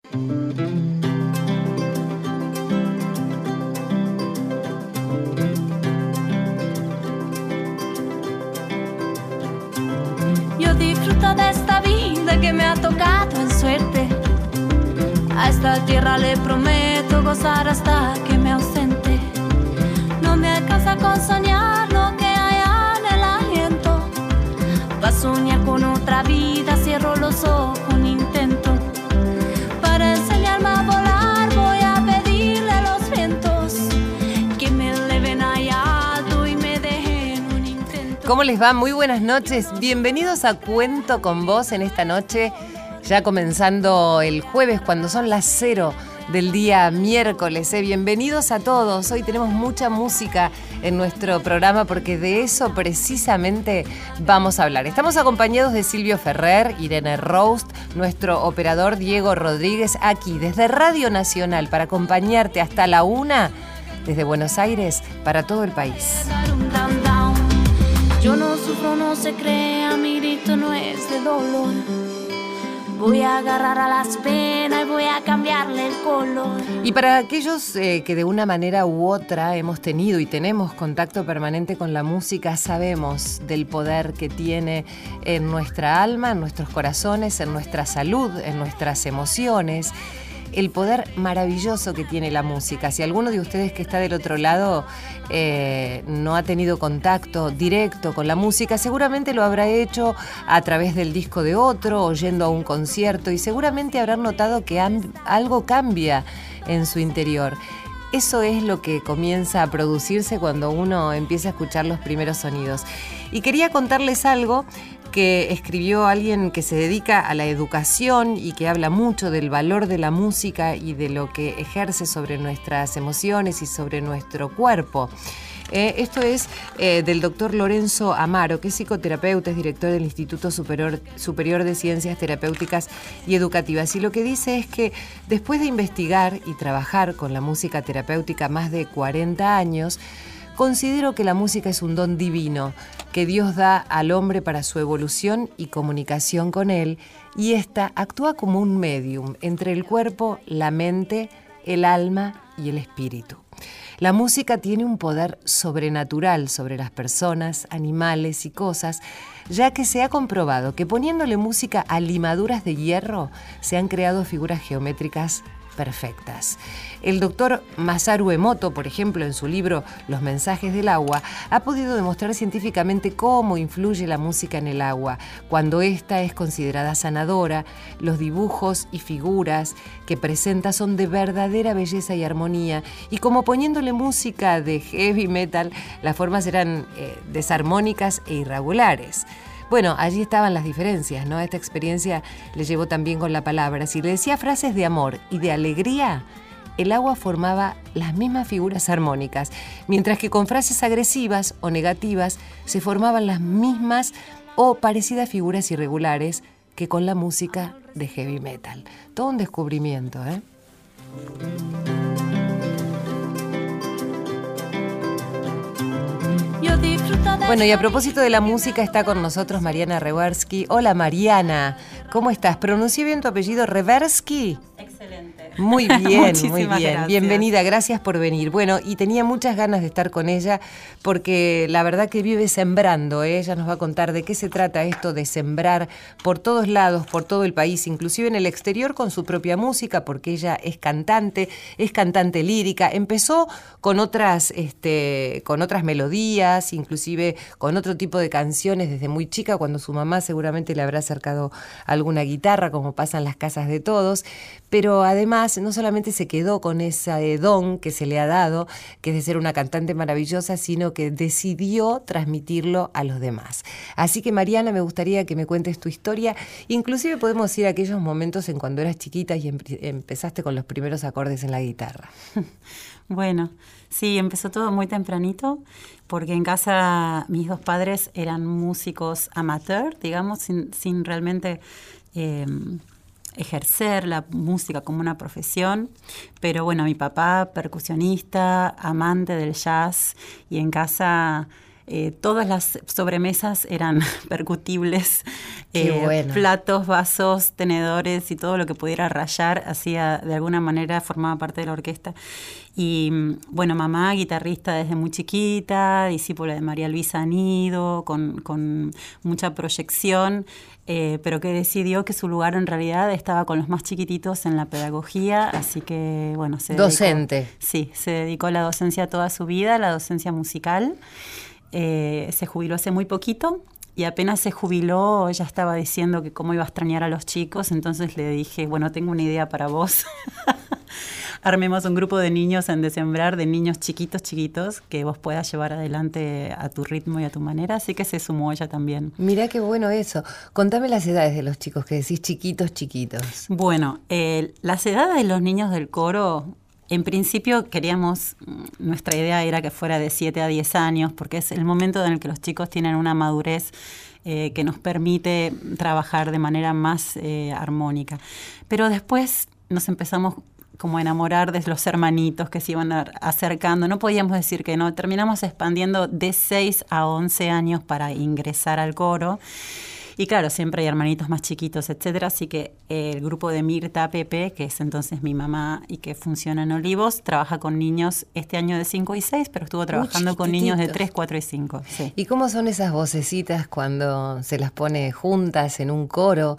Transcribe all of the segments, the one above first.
Yo disfruto de esta vida que me ha tocado en suerte. A esta tierra le prometo gozar hasta que me ausente. No me alcanza con soñar lo que hay en el aliento. Pa' soñar con otra vida cierro los ojos un intento. Para enseñarme a volar voy a pedirle a los vientos que me eleven allá alto y me dejen un intento. ¿Cómo les va? Muy buenas noches. Bienvenidos a Cuento con Vos en esta noche, ya comenzando el jueves cuando son las 0 del día miércoles. Bienvenidos a todos. Hoy tenemos mucha música en nuestro programa porque de eso precisamente vamos a hablar. Estamos acompañados de Silvio Ferrer, Irene Roust, nuestro operador Diego Rodríguez, aquí desde Radio Nacional para acompañarte hasta la 1 desde Buenos Aires para todo el país. Yo no sufro, no se crea, mi grito no es de dolor. Voy a agarrar a las penas y voy a cambiarle el color. Y para aquellos que de una manera u otra hemos tenido y tenemos contacto permanente con la música, sabemos del poder que tiene en nuestra alma, en nuestros corazones, en nuestra salud, en nuestras emociones. El poder maravilloso que tiene la música. Si alguno de ustedes que está del otro lado no ha tenido contacto directo con la música, seguramente lo habrá hecho a través del disco de otro, oyendo a un concierto, y seguramente habrán notado que algo cambia en su interior. Eso es lo que comienza a producirse cuando uno empieza a escuchar los primeros sonidos. Y quería contarles algo que escribió alguien que se dedica a la educación y que habla mucho del valor de la música y de lo que ejerce sobre nuestras emociones y sobre nuestro cuerpo. Esto es del doctor Lorenzo Amaro, que es psicoterapeuta, es director del Instituto Superior de Ciencias Terapéuticas y Educativas. Y lo que dice es que después de investigar y trabajar con la música terapéutica más de 40 años, considero que la música es un don divino que Dios da al hombre para su evolución y comunicación con él, y ésta actúa como un medium entre el cuerpo, la mente, el alma y el espíritu. La música tiene un poder sobrenatural sobre las personas, animales y cosas, ya que se ha comprobado que poniéndole música a limaduras de hierro se han creado figuras geométricas perfectas. El doctor Masaru Emoto, por ejemplo, en su libro Los mensajes del agua, ha podido demostrar científicamente cómo influye la música en el agua, cuando ésta es considerada sanadora. Los dibujos y figuras que presenta son de verdadera belleza y armonía, y como poniéndole música de heavy metal, las formas eran desarmónicas e irregulares. Bueno, allí estaban las diferencias, ¿no? Esta experiencia le llevó también con la palabra. Si le decía frases de amor y de alegría, el agua formaba las mismas figuras armónicas, mientras que con frases agresivas o negativas se formaban las mismas o parecidas figuras irregulares que con la música de heavy metal. Todo un descubrimiento, ¿eh? Bueno, y a propósito de la música está con nosotros Mariana Reversky. Hola Mariana, ¿cómo estás? ¿Pronuncié bien tu apellido, Reversky? Excelente. Muy bien, muy bien. Gracias. Bienvenida, gracias por venir. Bueno, y tenía muchas ganas de estar con ella porque la verdad que vive sembrando, ¿eh? Ella nos va a contar de qué se trata esto de sembrar por todos lados, por todo el país, inclusive en el exterior con su propia música, porque ella es cantante lírica. Empezó con otras melodías, inclusive con otro tipo de canciones desde muy chica, cuando su mamá seguramente le habrá acercado alguna guitarra, como pasa en las casas de todos. Pero además no solamente se quedó con ese don que se le ha dado, que es de ser una cantante maravillosa, sino que decidió transmitirlo a los demás. Así que Mariana, me gustaría que me cuentes tu historia. Inclusive podemos ir a aquellos momentos en cuando eras chiquita y empezaste con los primeros acordes en la guitarra. Bueno, sí, empezó todo muy tempranito, porque en casa mis dos padres eran músicos amateur, digamos, sin realmente ejercer la música como una profesión, pero bueno, mi papá percusionista, amante del jazz, y en casa Todas las sobremesas eran percutibles, bueno. Platos, vasos, tenedores y todo lo que pudiera rayar, de alguna manera formaba parte de la orquesta. Y bueno, mamá, guitarrista desde muy chiquita, discípula de María Luisa Nido, con mucha proyección, pero que decidió que su lugar en realidad estaba con los más chiquititos en la pedagogía, así que bueno, docente. Sí, se dedicó a la docencia toda su vida, a la docencia musical. Se jubiló hace muy poquito. Y apenas se jubiló, ella estaba diciendo que cómo iba a extrañar a los chicos, entonces le dije, bueno, tengo una idea para vos. Armemos un grupo de niños en Desembrar, de niños chiquitos, que vos puedas llevar adelante a tu ritmo y a tu manera, así que se sumó ella también. Mirá qué bueno eso. Contame las edades de los chicos, que decís chiquitos. Bueno, las edades de los niños del coro... En principio nuestra idea era que fuera de 7 a 10 años, porque es el momento en el que los chicos tienen una madurez que nos permite trabajar de manera más armónica. Pero después nos empezamos como a enamorar de los hermanitos que se iban acercando. No podíamos decir que no. Terminamos expandiendo de 6 a 11 años para ingresar al coro. Y claro, siempre hay hermanitos más chiquitos, etcétera, así que el grupo de Mirta Pepe, que es entonces mi mamá y que funciona en Olivos, trabaja con niños este año de 5 y 6, pero estuvo trabajando con niños de 3, 4 y 5. Sí. ¿Y cómo son esas vocecitas cuando se las pone juntas en un coro?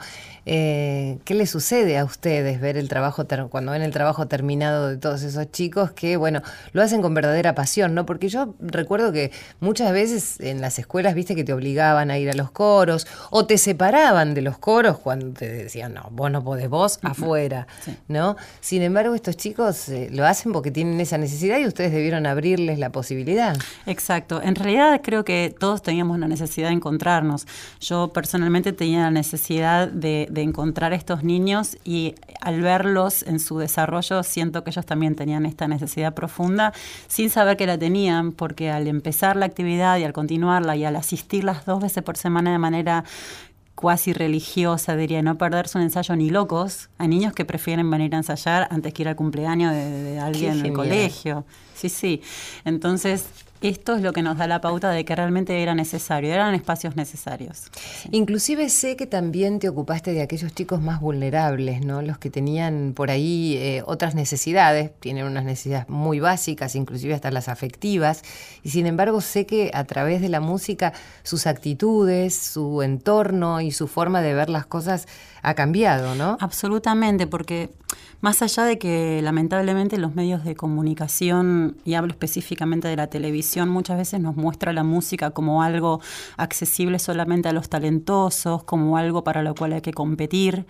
¿Qué les sucede a ustedes ver el trabajo cuando ven el trabajo terminado de todos esos chicos que, bueno, lo hacen con verdadera pasión, ¿no? Porque yo recuerdo que muchas veces en las escuelas, viste, que te obligaban a ir a los coros o te separaban de los coros cuando te decían, no, vos no podés, vos afuera, sí. ¿No? Sin embargo, estos chicos lo hacen porque tienen esa necesidad y ustedes debieron abrirles la posibilidad. Exacto. En realidad creo que todos teníamos la necesidad de encontrarnos. Yo personalmente tenía la necesidad de encontrar a estos niños y al verlos en su desarrollo siento que ellos también tenían esta necesidad profunda sin saber que la tenían, porque al empezar la actividad y al continuarla y al asistirlas 2 veces por semana de manera cuasi religiosa, diría, no perderse un ensayo ni locos. Hay niños que prefieren venir a ensayar antes que ir al cumpleaños de alguien en el colegio. Sí. Entonces, esto es lo que nos da la pauta de que realmente era necesario, eran espacios necesarios. Sí. Inclusive sé que también te ocupaste de aquellos chicos más vulnerables, ¿no? Los que tenían por ahí otras necesidades, tienen unas necesidades muy básicas, inclusive hasta las afectivas, y sin embargo sé que a través de la música sus actitudes, su entorno y su forma de ver las cosas ha cambiado, ¿no? Absolutamente, porque más allá de que lamentablemente los medios de comunicación, y hablo específicamente de la televisión, muchas veces nos muestra la música como algo accesible solamente a los talentosos, como algo para lo cual hay que competir.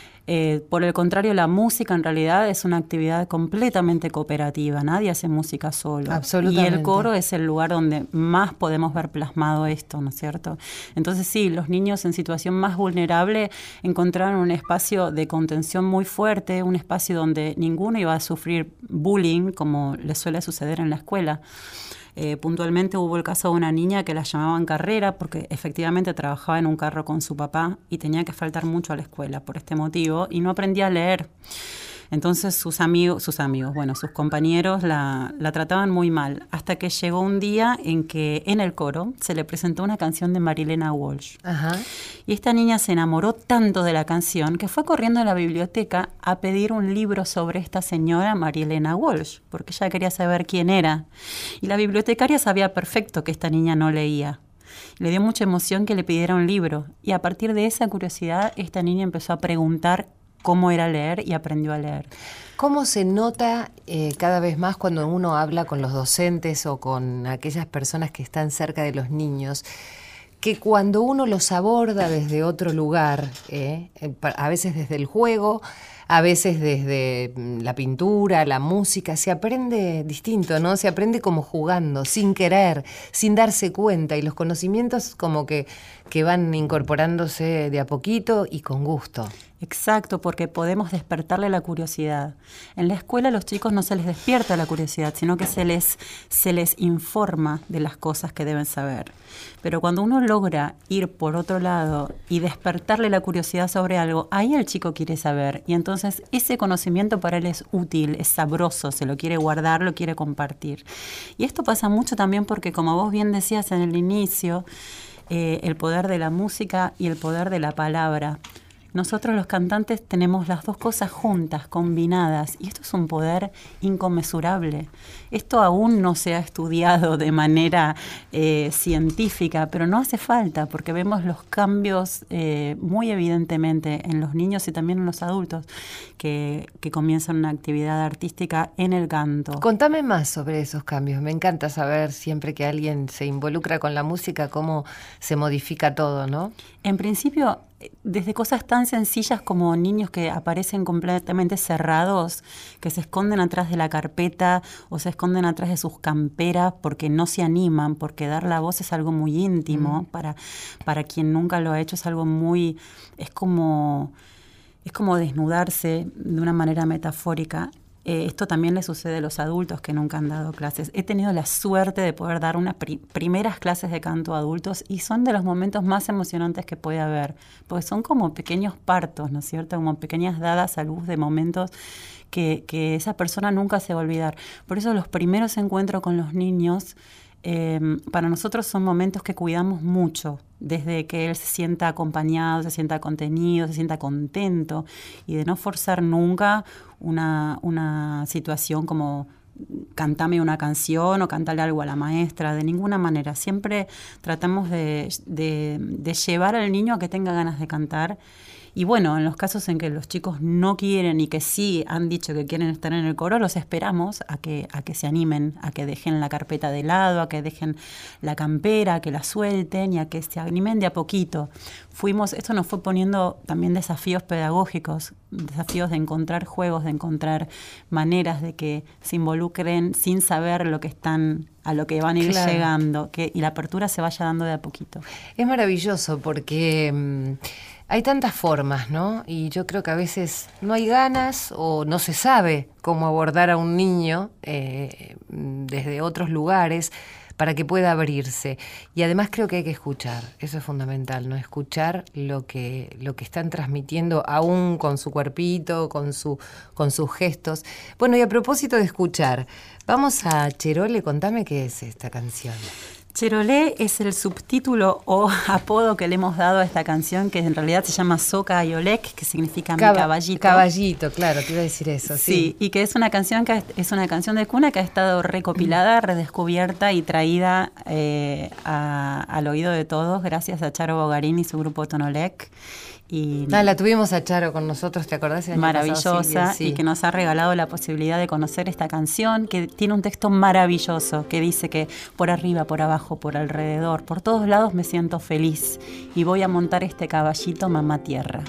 Por el contrario, la música en realidad es una actividad completamente cooperativa. Nadie hace música solo. Absolutamente. Y el coro es el lugar donde más podemos ver plasmado esto, ¿no es cierto? Entonces sí, los niños en situación más vulnerable encontraron un espacio de contención muy fuerte, un espacio donde ninguno iba a sufrir bullying como les suele suceder en la escuela. Puntualmente hubo el caso de una niña que la llamaban Carrera porque efectivamente trabajaba en un carro con su papá y tenía que faltar mucho a la escuela por este motivo y no aprendía a leer. Entonces sus compañeros la trataban muy mal, hasta que llegó un día en que en el coro se le presentó una canción de Marilena Walsh. Ajá. Y esta niña se enamoró tanto de la canción que fue corriendo a la biblioteca a pedir un libro sobre esta señora Marilena Walsh, porque ella quería saber quién era. Y la bibliotecaria sabía perfecto que esta niña no leía. Le dio mucha emoción que le pidiera un libro, y a partir de esa curiosidad esta niña empezó a preguntar cómo era leer y aprendió a leer. ¿Cómo se nota cada vez más cuando uno habla con los docentes o con aquellas personas que están cerca de los niños, que cuando uno los aborda desde otro lugar, a veces desde el juego, a veces desde la pintura, la música, se aprende distinto, ¿no? Se aprende como jugando, sin querer, sin darse cuenta, y los conocimientos como que van incorporándose de a poquito y con gusto. Exacto, porque podemos despertarle la curiosidad. En la escuela a los chicos no se les despierta la curiosidad, sino que se les informa de las cosas que deben saber. Pero cuando uno logra ir por otro lado y despertarle la curiosidad sobre algo, ahí el chico quiere saber. Y entonces Entonces, ese conocimiento para él es útil, es sabroso, se lo quiere guardar, lo quiere compartir. Y esto pasa mucho también porque, como vos bien decías en el inicio, el poder de la música y el poder de la palabra. Nosotros los cantantes tenemos las dos cosas juntas, combinadas, y esto es un poder inconmensurable. Esto aún no se ha estudiado de manera científica, pero no hace falta, porque vemos los cambios muy evidentemente en los niños y también en los adultos que comienzan una actividad artística en el canto. Contame más sobre esos cambios. Me encanta saber siempre que alguien se involucra con la música, cómo se modifica todo, ¿no? En principio, desde cosas tan sencillas como niños que aparecen completamente cerrados, que se esconden atrás de la carpeta o se esconden atrás de sus camperas porque no se animan, porque dar la voz es algo muy íntimo. Para quien nunca lo ha hecho, es algo muy... Es como desnudarse de una manera metafórica. Esto también le sucede a los adultos que nunca han dado clases. He tenido la suerte de poder dar unas primeras clases de canto a adultos y son de los momentos más emocionantes que puede haber, porque son como pequeños partos, ¿no es cierto? Como pequeñas dadas a luz de momentos que esa persona nunca se va a olvidar. Por eso los primeros encuentros con los niños para nosotros son momentos que cuidamos mucho, desde que él se sienta acompañado, se sienta contenido, se sienta contento, y de no forzar nunca una situación como cántame una canción o cántale algo a la maestra, de ninguna manera. Siempre tratamos de llevar al niño a que tenga ganas de cantar. Y bueno, en los casos en que los chicos no quieren y que sí han dicho que quieren estar en el coro, los esperamos a que se animen, a que dejen la carpeta de lado, a que dejen la campera, a que la suelten y a que se animen de a poquito. Esto nos fue poniendo también desafíos pedagógicos, desafíos de encontrar juegos, de encontrar maneras de que se involucren sin saber a lo que van a ir llegando, y la apertura se vaya dando de a poquito. Es maravilloso porque... hay tantas formas, ¿no? Y yo creo que a veces no hay ganas o no se sabe cómo abordar a un niño desde otros lugares para que pueda abrirse. Y además creo que hay que escuchar, eso es fundamental, ¿no? Escuchar lo que están transmitiendo aún con su cuerpito, con sus gestos. Bueno, y a propósito de escuchar, vamos a Cherole, contame qué es esta canción. Cherole es el subtítulo o apodo que le hemos dado a esta canción, que en realidad se llama Soca Ayolek, que significa mi caballito. Caballito, claro, te iba a decir eso. Sí, y que es una canción de cuna que ha estado recopilada, redescubierta y traída al oído de todos gracias a Charo Bogarín y su grupo Tonolec. La tuvimos a Charo con nosotros, ¿te acordás? Maravillosa, Silvia, sí. Y que nos ha regalado la posibilidad de conocer esta canción, que tiene un texto maravilloso, que dice que por arriba, por abajo, por alrededor, por todos lados me siento feliz y voy a montar este caballito mamá tierra.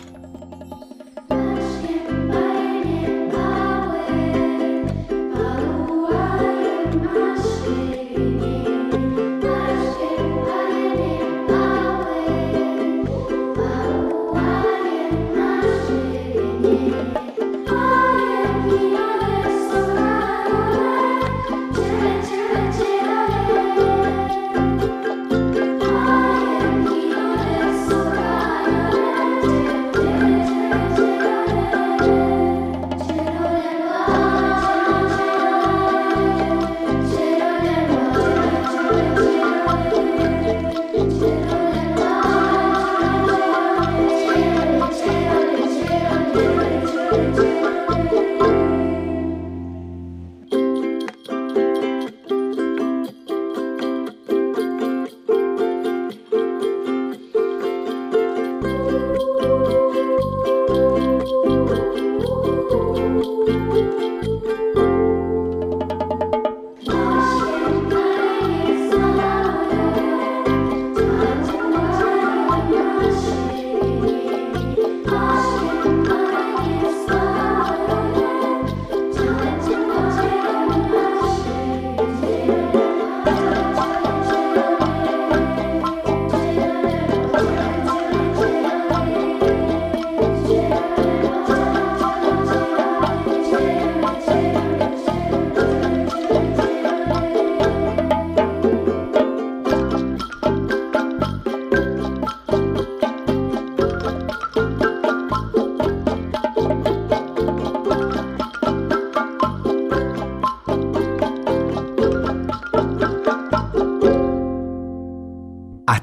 Yeah.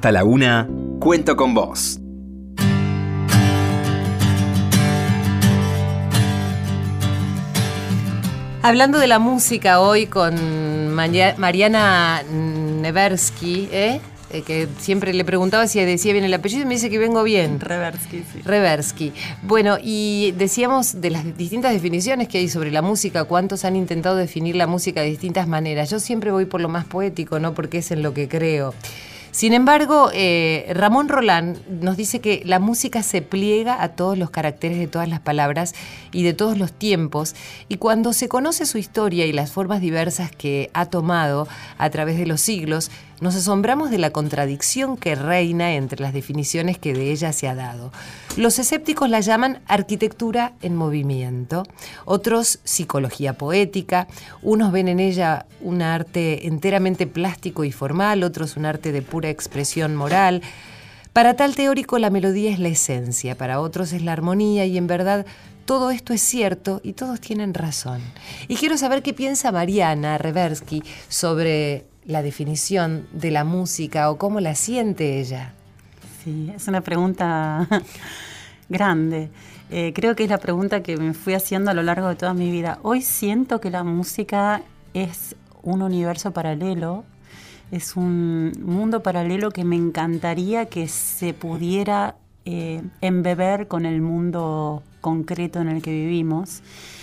hasta la 1, cuento con vos. Hablando de la música hoy con Mariana Neversky, que siempre le preguntaba si decía bien el apellido y me dice que vengo bien. Reversky, sí. Reversky. Bueno, y decíamos de las distintas definiciones que hay sobre la música, cuántos han intentado definir la música de distintas maneras. Yo siempre voy por lo más poético, ¿no? Porque es en lo que creo. Sin embargo, Ramón Roland nos dice que la música se pliega a todos los caracteres de todas las palabras y de todos los tiempos, y cuando se conoce su historia y las formas diversas que ha tomado a través de los siglos, nos asombramos de la contradicción que reina entre las definiciones que de ella se ha dado. Los escépticos la llaman arquitectura en movimiento, otros psicología poética, unos ven en ella un arte enteramente plástico y formal, otros un arte de pura expresión moral. Para tal teórico la melodía es la esencia, para otros es la armonía, y en verdad todo esto es cierto y todos tienen razón. Y quiero saber qué piensa Mariana Reversky sobre la definición de la música o cómo la siente ella. Sí, es una pregunta grande. Creo que es la pregunta que me fui haciendo a lo largo de toda mi vida. Hoy siento que la música es un universo paralelo, es un mundo paralelo que me encantaría que se pudiera embeber con el mundo concreto en el que vivimos.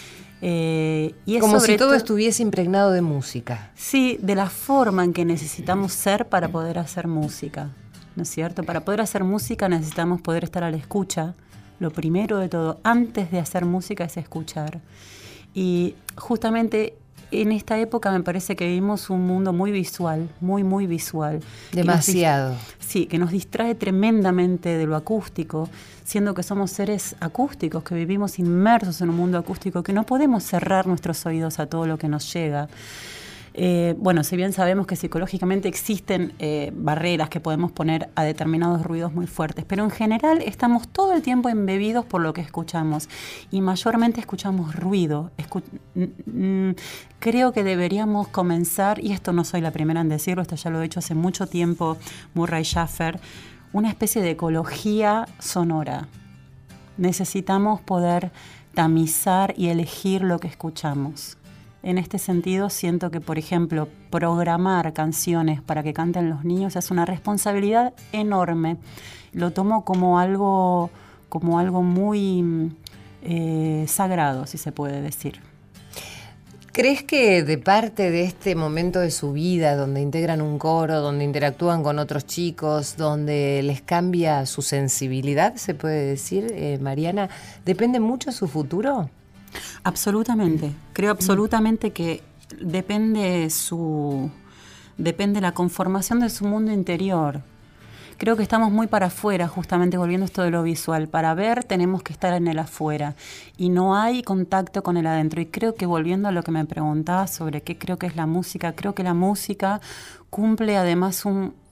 Y es como si todo estuviese impregnado de música. Sí, de la forma en que necesitamos ser para poder hacer música, ¿no es cierto? Para poder hacer música necesitamos poder estar a la escucha. Lo primero de todo, antes de hacer música, es escuchar. Y justamente en esta época me parece que vivimos un mundo muy visual, muy visual. Demasiado. Que nos distrae tremendamente de lo acústico, siendo que somos seres acústicos, que vivimos inmersos en un mundo acústico, que no podemos cerrar nuestros oídos a todo lo que nos llega. Bueno, si bien sabemos que psicológicamente existen barreras que podemos poner a determinados ruidos muy fuertes, pero en general estamos todo el tiempo embebidos por lo que escuchamos y mayormente escuchamos ruido. Creo que deberíamos comenzar, y esto no soy la primera en decirlo, esto ya lo he hecho hace mucho tiempo Murray Schafer, una especie de ecología sonora. Necesitamos poder tamizar y elegir lo que escuchamos. En este sentido, siento que, por ejemplo, programar canciones para que canten los niños es una responsabilidad enorme. Lo tomo como algo muy sagrado, si se puede decir. ¿Crees que de parte de este momento de su vida, donde integran un coro, donde interactúan con otros chicos, donde les cambia su sensibilidad, se puede decir, Mariana, depende mucho su futuro? Absolutamente. Creo absolutamente que depende la conformación de su mundo interior. Creo que estamos muy para afuera, justamente volviendo a esto de lo visual. Para ver tenemos que estar en el afuera y no hay contacto con el adentro. Y creo que, volviendo a lo que me preguntabas sobre qué creo que es la música, creo que la música cumple además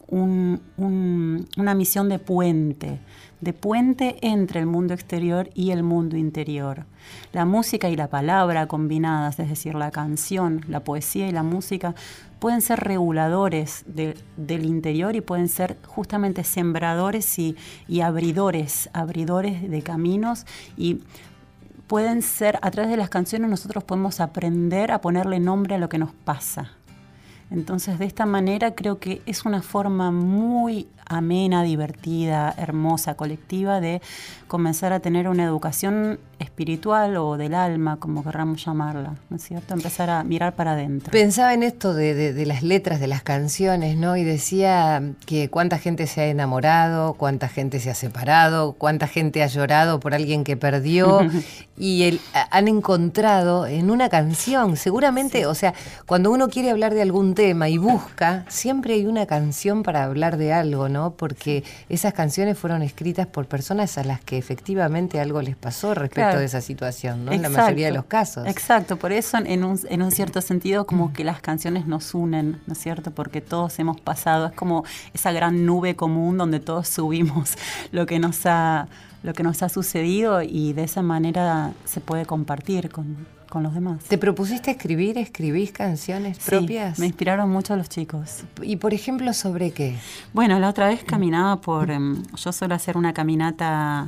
una misión de puente entre el mundo exterior y el mundo interior. La música y la palabra combinadas, es decir, la canción, la poesía y la música, pueden ser reguladores del interior y pueden ser justamente sembradores y abridores de caminos, y pueden ser, a través de las canciones nosotros podemos aprender a ponerle nombre a lo que nos pasa. Entonces, de esta manera creo que es una forma muy amena, divertida, hermosa, colectiva de comenzar a tener una educación espiritual o del alma, como querramos llamarla, ¿no es cierto? Empezar a mirar para adentro. Pensaba en esto de las letras de las canciones, ¿no? Y decía que cuánta gente se ha enamorado, cuánta gente se ha separado, cuánta gente ha llorado por alguien que perdió y han encontrado en una canción, seguramente, sí. O sea, cuando uno quiere hablar de algún tema y busca, siempre hay una canción para hablar de algo, ¿no? Porque esas canciones fueron escritas por personas a las que efectivamente algo les pasó respecto de esa situación, ¿no? En la mayoría de los casos. Exacto, por eso en un cierto sentido como que las canciones nos unen, ¿no es cierto? Porque todos hemos pasado, es como esa gran nube común donde todos subimos lo que nos ha sucedido, y de esa manera se puede compartir con con los demás. ¿Te propusiste escribir? ¿Escribís canciones propias? Sí, me inspiraron mucho los chicos. ¿Y por ejemplo sobre qué? Bueno, la otra vez caminaba por... yo suelo hacer una caminata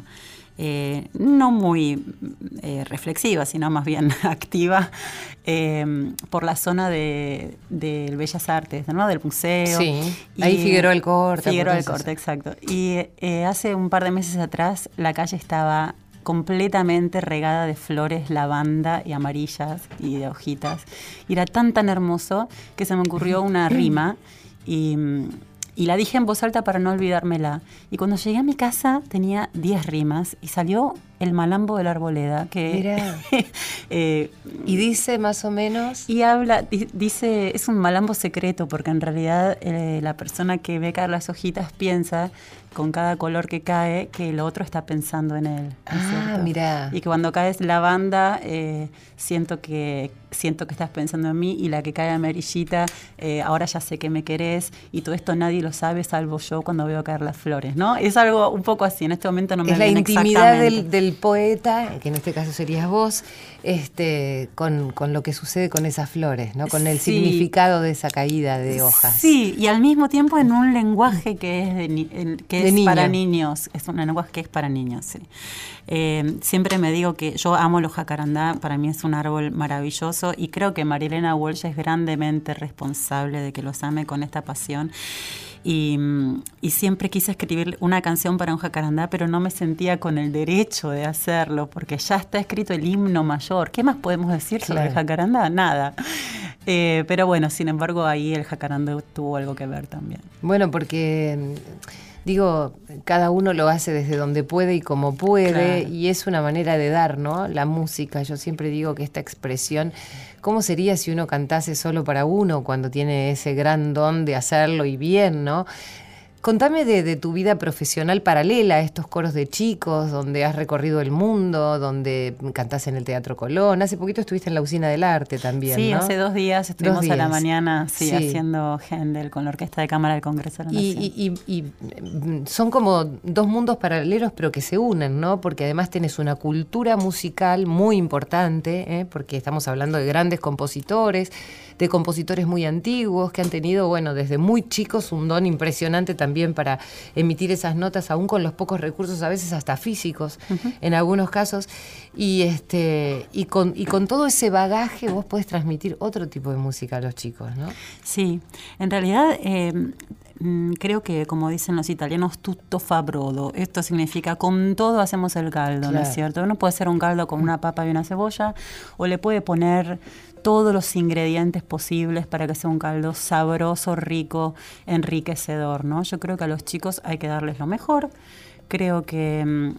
no muy reflexiva, sino más bien activa, por la zona del Bellas Artes, ¿no? Del museo. Sí, ahí Figueroa Alcorta. Figueroa Alcorta, exacto. Y hace un par de meses atrás la calle estaba completamente regada de flores lavanda y amarillas y de hojitas. Y era tan hermoso que se me ocurrió una rima y la dije en voz alta para no olvidármela. Y cuando llegué a mi casa tenía 10 rimas y salió El Malambo de la Arboleda. Que, y dice más o menos... Y dice, es un malambo secreto, porque en realidad la persona que ve caer las hojitas piensa, con cada color que cae, que el otro está pensando en él. Mira. Y que cuando caes lavanda, siento que estás pensando en mí, y la que cae amarillita, ahora ya sé que me querés, y todo esto nadie lo sabe salvo yo cuando veo caer las flores, ¿no? Es algo un poco así, en este momento no me viene exactamente. Es la intimidad del poeta, que en este caso serías vos, con lo que sucede con esas flores, ¿no? Con el significado de esa caída de hojas. Sí, y al mismo tiempo en un lenguaje que es para niños, es un lenguaje que es para niños, sí. Siempre me digo que yo amo los jacarandá, para mí es un árbol maravilloso, y creo que Marilena Walsh es grandemente responsable de que los ame con esta pasión. Y siempre quise escribir una canción para un jacarandá, pero no me sentía con el derecho de hacerlo, porque ya está escrito el himno mayor. ¿Qué más podemos decir sobre el jacarandá? Nada. Pero bueno, sin embargo, ahí el jacarandá tuvo algo que ver también. Bueno, porque... Digo, cada uno lo hace desde donde puede y como puede, claro. Y es una manera de dar, ¿no? La música, yo siempre digo que esta expresión, ¿cómo sería si uno cantase solo para uno cuando tiene ese gran don de hacerlo y bien, ¿no? Contame de tu vida profesional paralela a estos coros de chicos, donde has recorrido el mundo, donde cantás en el Teatro Colón. Hace poquito estuviste en la Usina del Arte también, sí, ¿no? Hace 2 días estuvimos a la mañana haciendo Händel con la Orquesta de Cámara del Congreso de la Nación. Y son como 2 mundos paralelos, pero que se unen, ¿no? Porque además tenés una cultura musical muy importante, porque estamos hablando de grandes compositores, de compositores muy antiguos que han tenido, bueno, desde muy chicos un don impresionante también para emitir esas notas, aún con los pocos recursos, a veces hasta físicos, en algunos casos, y con todo ese bagaje vos podés transmitir otro tipo de música a los chicos, ¿no? Sí, en realidad creo que, como dicen los italianos, tutto fa brodo. Esto significa con todo hacemos el caldo, claro. ¿No es cierto? Uno puede hacer un caldo con una papa y una cebolla, o le puede poner todos los ingredientes posibles para que sea un caldo sabroso, rico, enriquecedor, ¿no? Yo creo que a los chicos hay que darles lo mejor. Creo que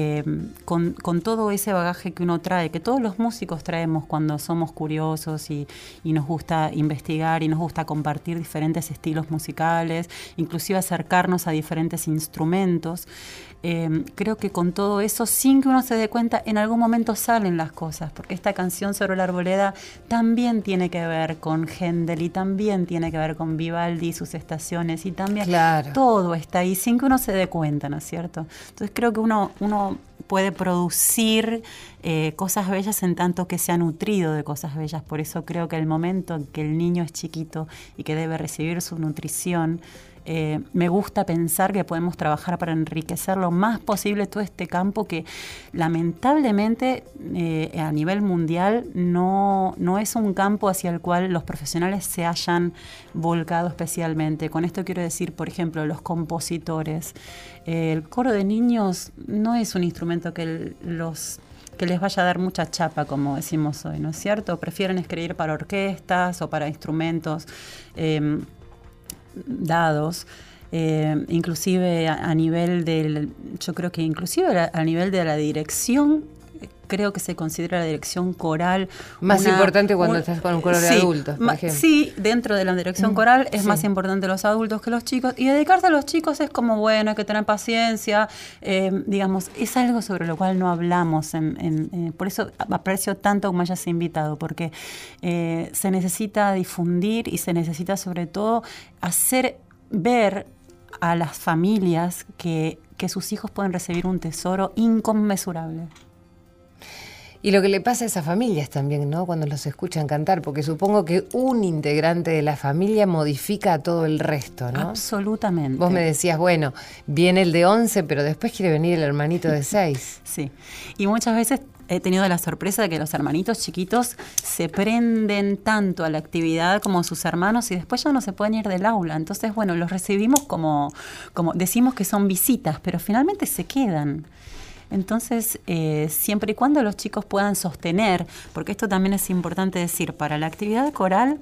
con todo ese bagaje que uno trae, que todos los músicos traemos cuando somos curiosos y nos gusta investigar y nos gusta compartir diferentes estilos musicales, inclusive acercarnos a diferentes instrumentos, creo que con todo eso, sin que uno se dé cuenta, en algún momento salen las cosas, porque esta canción sobre la arboleda también tiene que ver con Händel y también tiene que ver con Vivaldi y sus estaciones, y también todo está ahí sin que uno se dé cuenta, ¿no es cierto? Entonces creo que uno puede producir cosas bellas en tanto que se ha nutrido de cosas bellas. Por eso creo que el momento en que el niño es chiquito y que debe recibir su nutrición, me gusta pensar que podemos trabajar para enriquecer lo más posible todo este campo que lamentablemente a nivel mundial no es un campo hacia el cual los profesionales se hayan volcado especialmente. Con esto quiero decir, por ejemplo, los compositores. El coro de niños no es un instrumento que les vaya a dar mucha chapa, como decimos hoy, ¿no es cierto? Prefieren escribir para orquestas o para instrumentos dados, inclusive a nivel yo creo que inclusive a nivel de la dirección, creo que se considera la dirección coral más importante cuando estás con un coro de adultos, por ejemplo. Sí, dentro de la dirección coral es más importante los adultos que los chicos, y dedicarse a los chicos es como, bueno, hay que tener paciencia, digamos, es algo sobre lo cual no hablamos, por eso aprecio tanto que me hayas invitado, porque se necesita difundir y se necesita sobre todo hacer ver a las familias que sus hijos pueden recibir un tesoro inconmensurable. Y lo que le pasa a esas familias también, ¿no? Cuando los escuchan cantar, porque supongo que un integrante de la familia modifica a todo el resto, ¿no? Absolutamente. Vos me decías, bueno, viene el de 11, pero después quiere venir el hermanito de 6. Sí, y muchas veces he tenido la sorpresa de que los hermanitos chiquitos se prenden tanto a la actividad como sus hermanos y después ya no se pueden ir del aula. Entonces, bueno, los recibimos como decimos que son visitas, pero finalmente se quedan. Entonces, siempre y cuando los chicos puedan sostener, porque esto también es importante decir, para la actividad coral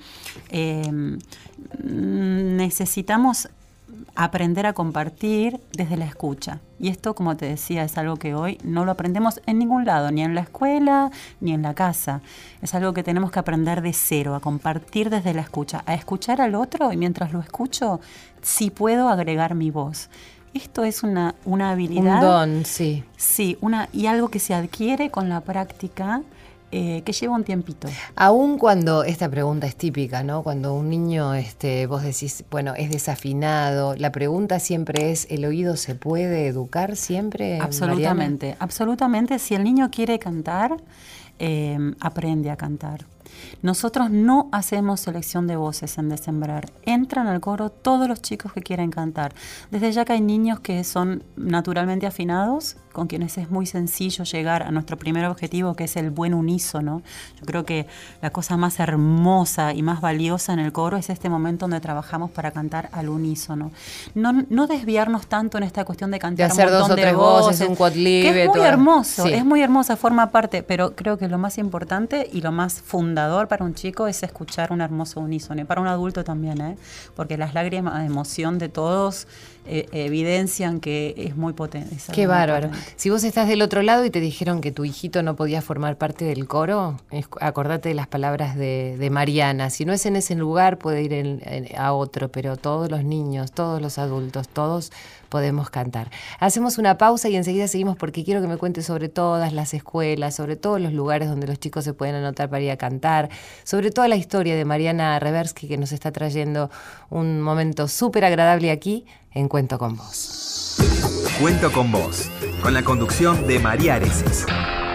necesitamos aprender a compartir desde la escucha. Y esto, como te decía, es algo que hoy no lo aprendemos en ningún lado, ni en la escuela, ni en la casa. Es algo que tenemos que aprender de cero, a compartir desde la escucha, a escuchar al otro y mientras lo escucho, sí puedo agregar mi voz. Esto es una habilidad. Un don, sí. Sí, y algo que se adquiere con la práctica, que lleva un tiempito. Aún cuando, esta pregunta es típica, ¿no? Cuando un niño, vos decís, bueno, es desafinado, la pregunta siempre es, ¿el oído se puede educar siempre, Absolutamente, Mariana? Absolutamente. Si el niño quiere cantar, aprende a cantar. Nosotros no hacemos selección de voces en Desembrar. Entran al coro todos los chicos que quieren cantar. Desde ya que hay niños que son naturalmente afinados, con quienes es muy sencillo llegar a nuestro primer objetivo, que es el buen unísono. Yo creo que la cosa más hermosa y más valiosa en el coro es este momento donde trabajamos para cantar al unísono. No desviarnos tanto en esta cuestión de cantar de hacer un montón 2 o 3 de voces, un quadlibe. que es muy hermoso, sí. Es muy hermosa, forma parte, pero creo que lo más importante y lo más fundador para un chico es escuchar un hermoso unísono, y para un adulto también, porque las lágrimas de emoción de todos evidencian que es muy potente. Qué bárbaro. Si vos estás del otro lado y te dijeron que tu hijito no podía formar parte del coro, acordate de las palabras de Mariana. Si no es en ese lugar, puede ir a otro, pero todos los niños, todos los adultos, todos podemos cantar. Hacemos una pausa y enseguida seguimos porque quiero que me cuentes sobre todas las escuelas, sobre todos los lugares donde los chicos se pueden anotar para ir a cantar, sobre toda la historia de Mariana Reversky, que nos está trayendo un momento súper agradable aquí en Cuento con Vos. Cuento con Vos, con la conducción de María Areces.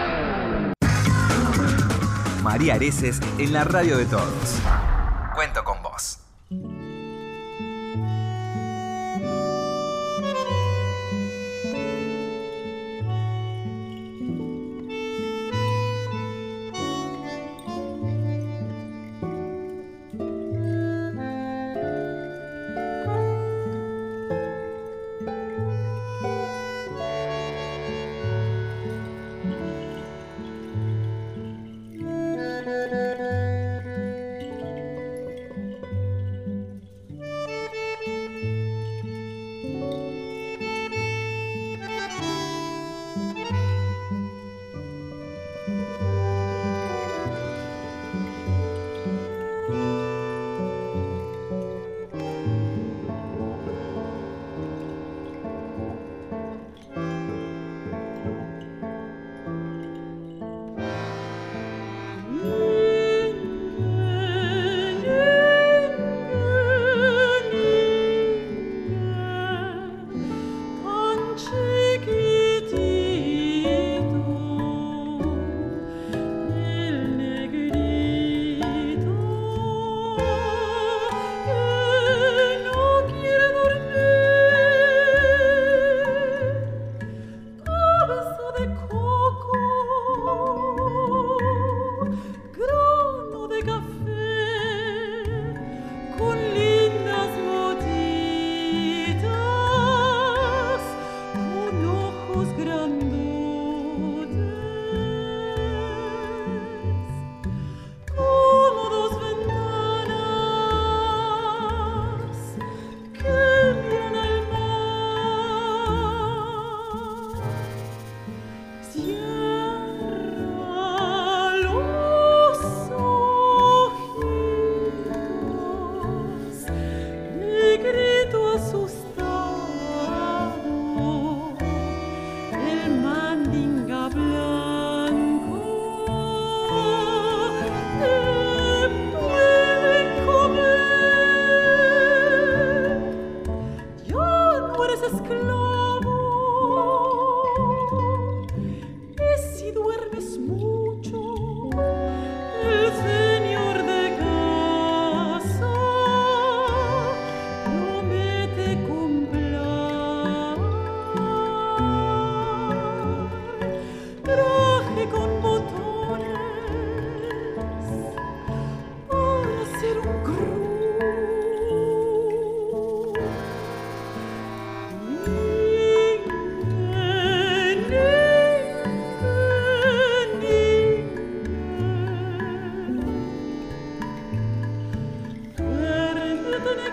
María Areces en la radio de todos. Cuento con Vos.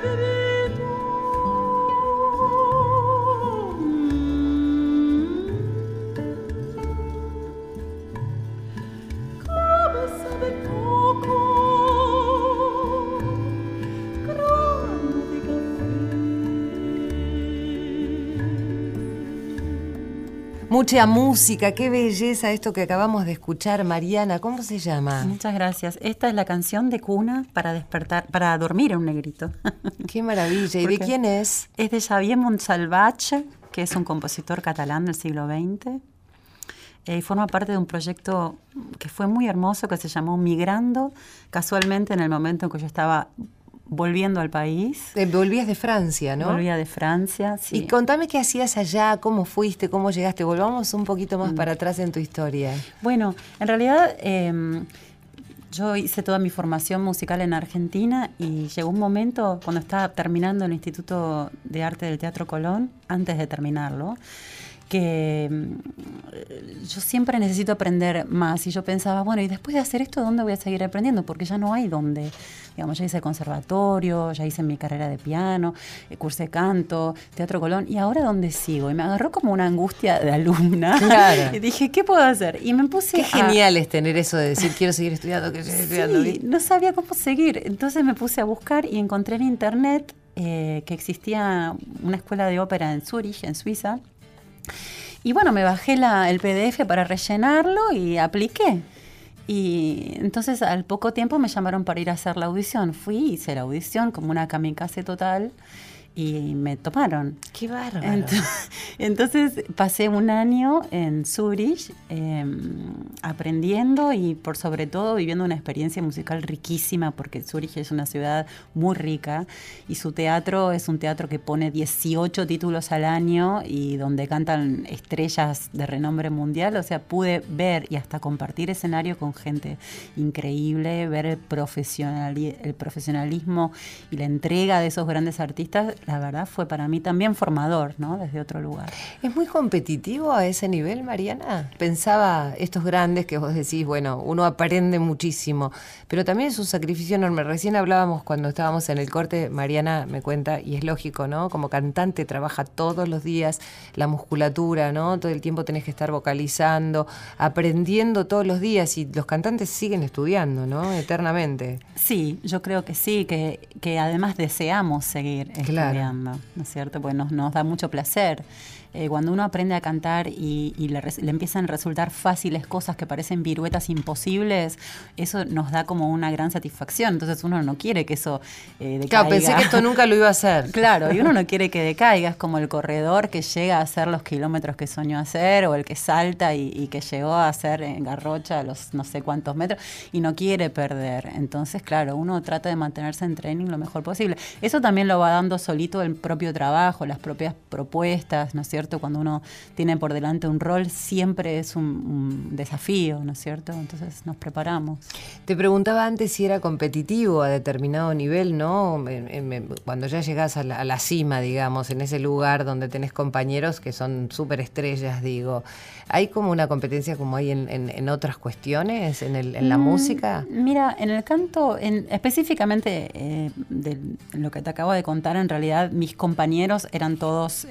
Mucha música, qué belleza esto que acabamos de escuchar, Mariana. ¿Cómo se llama? Muchas gracias. Esta es la canción de cuna para despertar, para dormir a un negrito. Qué maravilla. ¿Y de quién es? Es de Xavier Montsalvatge, que es un compositor catalán del siglo XX. Y forma parte de un proyecto que fue muy hermoso, que se llamó Migrando, casualmente en el momento en que yo estaba volviendo al país. Volvías de Francia, ¿no? Volvía de Francia, sí. Y contame qué hacías allá, cómo fuiste, cómo llegaste. Volvamos un poquito más para atrás en tu historia. Bueno, en realidad yo hice toda mi formación musical en Argentina y llegó un momento cuando estaba terminando el Instituto de Arte del Teatro Colón, antes de terminarlo, que yo siempre necesito aprender más y yo pensaba, bueno, y después de hacer esto, ¿dónde voy a seguir aprendiendo? Porque ya no hay dónde. Digamos, ya hice el conservatorio, ya hice mi carrera de piano, cursé canto, Teatro Colón, y ahora ¿dónde sigo? Y me agarró como una angustia de alumna. Claro. Y dije, ¿qué puedo hacer? Y me puse Qué genial es tener eso de decir, quiero seguir estudiando, quiero seguir estudiando. Sí, no sabía cómo seguir. Entonces me puse a buscar y encontré en internet que existía una escuela de ópera en Zúrich, en Suiza. Y bueno, me bajé el PDF para rellenarlo y apliqué. Y entonces al poco tiempo me llamaron para ir a hacer la audición. Fui, hice la audición como una kamikaze total y me tomaron. ¡Qué bárbaro! Entonces pasé un año en Zúrich aprendiendo y por sobre todo viviendo una experiencia musical riquísima, porque Zúrich es una ciudad muy rica y su teatro es un teatro que pone 18 títulos al año y donde cantan estrellas de renombre mundial. O sea, pude ver y hasta compartir escenario con gente increíble, ver el profesionalismo y la entrega de esos grandes artistas. La verdad fue para mí también formador, ¿no? Desde otro lugar. ¿Es muy competitivo a ese nivel, Mariana? Pensaba estos grandes que vos decís, bueno, uno aprende muchísimo, pero también es un sacrificio enorme. Recién hablábamos cuando estábamos en el corte, Mariana me cuenta, y es lógico, ¿no? Como cantante trabaja todos los días la musculatura, ¿no? Todo el tiempo tenés que estar vocalizando, aprendiendo todos los días, y los cantantes siguen estudiando, ¿no? Eternamente. Sí, yo creo que sí, que además deseamos seguir estudiando, ¿no es cierto? Pues nos da mucho placer. Cuando uno aprende a cantar y le empiezan a resultar fáciles cosas que parecen viruetas imposibles, eso nos da como una gran satisfacción. Entonces uno no quiere que eso decaiga. Claro, pensé que esto nunca lo iba a hacer. Claro, y uno no quiere que decaiga. Es como el corredor que llega a hacer los kilómetros que soñó hacer, o el que salta y que llegó a hacer en Garrocha los no sé cuántos metros y no quiere perder. Entonces, claro, uno trata de mantenerse en training lo mejor posible. Eso también lo va dando solito el propio trabajo, las propias propuestas, ¿no es cierto? Cuando uno tiene por delante un rol, siempre es un desafío, ¿no es cierto? Entonces nos preparamos. Te preguntaba antes si era competitivo a determinado nivel, ¿no? Cuando ya llegás a la cima, digamos, en ese lugar donde tenés compañeros que son súper estrellas, digo, ¿hay como una competencia como hay en otras cuestiones, en la música? Mira, en el canto, específicamente de lo que te acabo de contar, en realidad mis compañeros eran todos,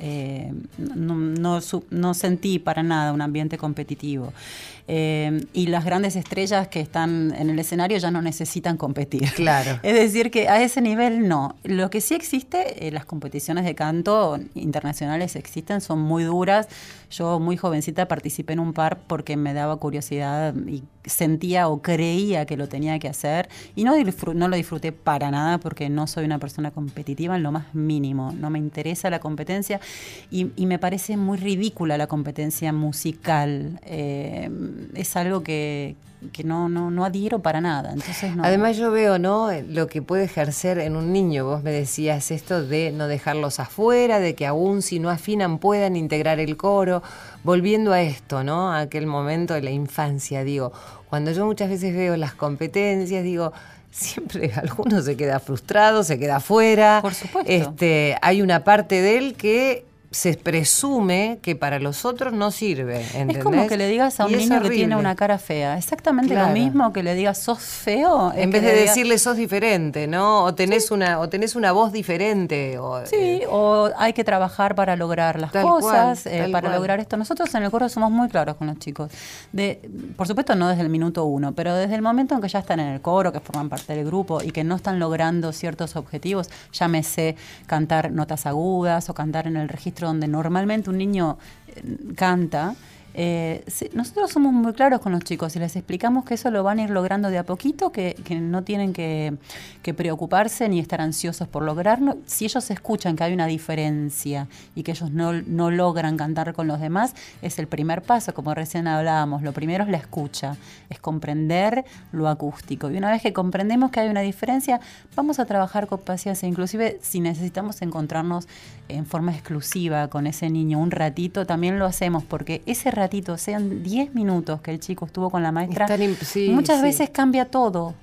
no sentí para nada un ambiente competitivo. Y las grandes estrellas que están en el escenario ya no necesitan competir. Claro. Es decir, que a ese nivel no. Lo que sí existe, las competiciones de canto internacionales existen, son muy duras. Yo muy jovencita participé en un par porque me daba curiosidad y sentía o creía que lo tenía que hacer, y no lo disfruté para nada porque no soy una persona competitiva en lo más mínimo. No me interesa la competencia y me parece muy ridícula la competencia musical. Es algo que no adhiero para nada. Entonces no. Además yo veo, ¿no?, lo que puede ejercer en un niño. Vos me decías esto de no dejarlos afuera, de que aún si no afinan puedan integrar el coro. Volviendo a esto, ¿no?, a aquel momento de la infancia, digo, cuando yo muchas veces veo las competencias, digo, siempre alguno se queda frustrado, se queda afuera. Por supuesto. Hay una parte de él que se presume que para los otros no sirve, ¿entendés? Es como que le digas a un niño que tiene una cara fea. Exactamente lo mismo que le digas sos feo. En vez de decirle sos diferente, ¿no? O tenés una voz diferente. O hay que trabajar para lograr las cosas, para lograr esto. Nosotros en el coro somos muy claros con los chicos. Por supuesto no desde el minuto 1, pero desde el momento en que ya están en el coro, que forman parte del grupo y que no están logrando ciertos objetivos, llámese cantar notas agudas o cantar en el registro donde normalmente un niño canta, nosotros somos muy claros con los chicos y les explicamos que eso lo van a ir logrando de a poquito, que no tienen que preocuparse ni estar ansiosos por lograrlo. Si ellos escuchan que hay una diferencia y que ellos no logran cantar con los demás, es el primer paso, como recién hablábamos. Lo primero es la escucha, es comprender lo acústico. Y una vez que comprendemos que hay una diferencia, vamos a trabajar con paciencia. Inclusive si necesitamos encontrarnos en forma exclusiva con ese niño un ratito, también lo hacemos, porque ese ratito, sean 10 minutos que el chico estuvo con la maestra, muchas veces cambia todo.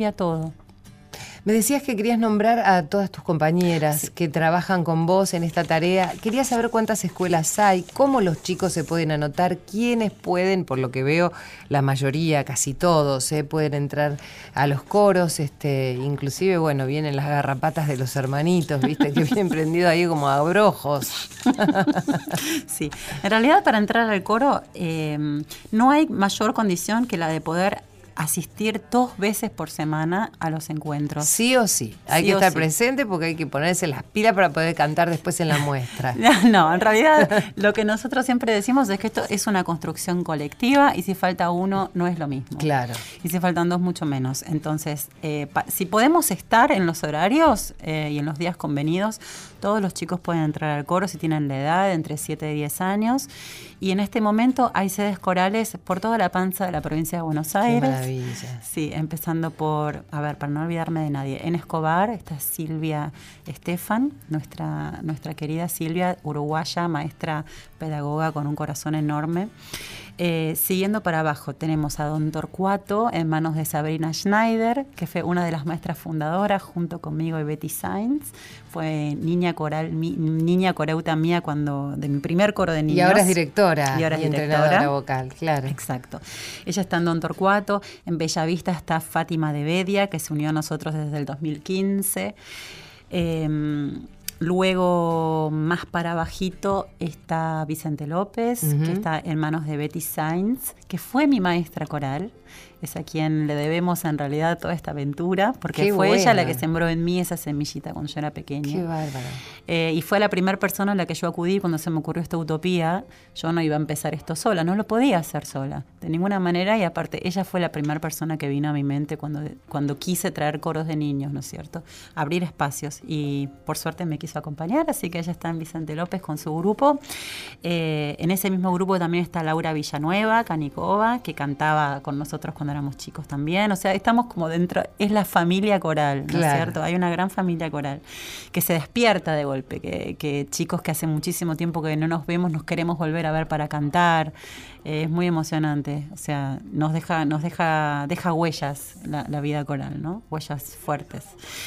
Me decías que querías nombrar a todas tus compañeras que trabajan con vos en esta tarea. Quería saber cuántas escuelas hay, cómo los chicos se pueden anotar, quiénes pueden, por lo que veo, la mayoría, casi todos, pueden entrar a los coros, inclusive, bueno, vienen las garrapatas de los hermanitos, viste, que vienen prendidos ahí como abrojos. Sí, en realidad para entrar al coro no hay mayor condición que la de poder asistir 2 veces por semana a los encuentros. Sí o sí. Hay que estar presente porque hay que ponerse las pilas para poder cantar después en la muestra. No, en realidad lo que nosotros siempre decimos es que esto es una construcción colectiva y si falta uno no es lo mismo. Claro. Y si faltan 2 mucho menos. Entonces, si podemos estar en los horarios y en los días convenidos, todos los chicos pueden entrar al coro si tienen la edad de entre 7 y 10 años. Y en este momento hay sedes corales por toda la panza de la provincia de Buenos Aires. Qué maravilla. Sí, empezando por, para no olvidarme de nadie, en Escobar está Silvia Estefan, nuestra querida Silvia, uruguaya, maestra pedagoga con un corazón enorme. Siguiendo para abajo tenemos a Don Torcuato en manos de Sabrina Schneider, que fue una de las maestras fundadoras junto conmigo y Betty Sainz. Fue niña coreuta mía de mi primer coro de niños. Y ahora es directora y entrenadora vocal, claro. Exacto. Ella está en Don Torcuato. En Bellavista está Fátima de Bedia, que se unió a nosotros desde el 2015. Luego, más para bajito, está Vicente López, que está en manos de Betty Sainz, que fue mi maestra coral. Es a quien le debemos en realidad toda esta aventura, porque fue ella la que sembró en mí esa semillita cuando yo era pequeña. Qué bárbaro. Y fue la primera persona a la que yo acudí cuando se me ocurrió esta utopía. Yo no iba a empezar esto sola, no lo podía hacer sola, de ninguna manera, y aparte ella fue la primera persona que vino a mi mente cuando quise traer coros de niños, ¿no es cierto? Abrir espacios, y por suerte me quiso acompañar, así que ella está en Vicente López con su grupo. En ese mismo grupo también está Laura Villanueva, Canicova, que cantaba con nosotros cuando éramos chicos también. O sea, estamos como dentro, es la familia coral, ¿no es cierto? Hay una gran familia coral que se despierta de golpe, que chicos que hace muchísimo tiempo que no nos vemos, nos queremos volver a ver para cantar. Es muy emocionante, o sea, deja huellas la vida coral, ¿no? Huellas fuertes.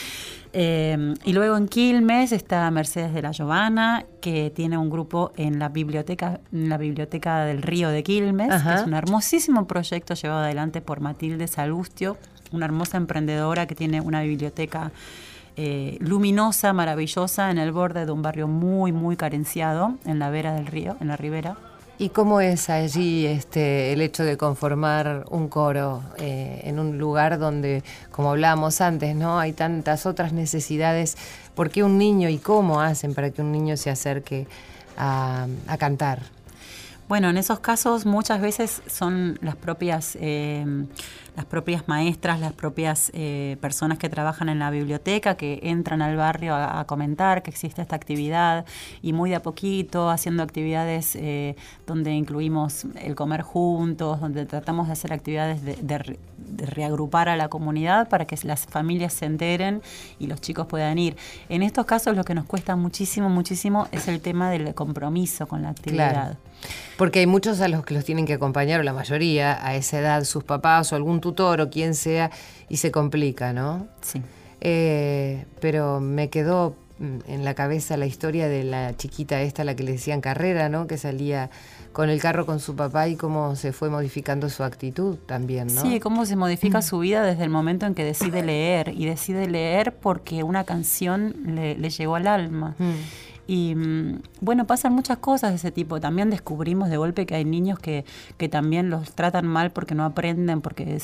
Y luego en Quilmes está Mercedes de la Giovanna, que tiene un grupo en la biblioteca del Río de Quilmes, que es un hermosísimo proyecto llevado adelante por Matilde Salustio, una hermosa emprendedora que tiene una biblioteca luminosa, maravillosa, en el borde de un barrio muy, muy carenciado, en la vera del río, en la ribera. ¿Y cómo es allí el hecho de conformar un coro en un lugar donde, como hablábamos antes, ¿no? Hay tantas otras necesidades? ¿Por qué un niño y cómo hacen para que un niño se acerque a cantar? Bueno, en esos casos muchas veces son las propias maestras, las propias personas que trabajan en la biblioteca, que entran al barrio a comentar que existe esta actividad, y muy de a poquito haciendo actividades donde incluimos el comer juntos, donde tratamos de hacer actividades de reagrupar a la comunidad para que las familias se enteren y los chicos puedan ir. En estos casos lo que nos cuesta muchísimo, muchísimo es el tema del compromiso con la actividad. Claro. Porque hay muchos a los que los tienen que acompañar, o la mayoría, a esa edad, sus papás o algún tutor o quien sea, y se complica, ¿no? Sí. Pero me quedó en la cabeza la historia de la chiquita esta, la que le decían Carrera, ¿no? Que salía con el carro con su papá y cómo se fue modificando su actitud también, ¿no? Sí, cómo se modifica su vida desde el momento en que decide leer. Y decide leer porque una canción le llegó al alma. Y bueno, pasan muchas cosas de ese tipo. También descubrimos de golpe que hay niños que también los tratan mal porque no aprenden, porque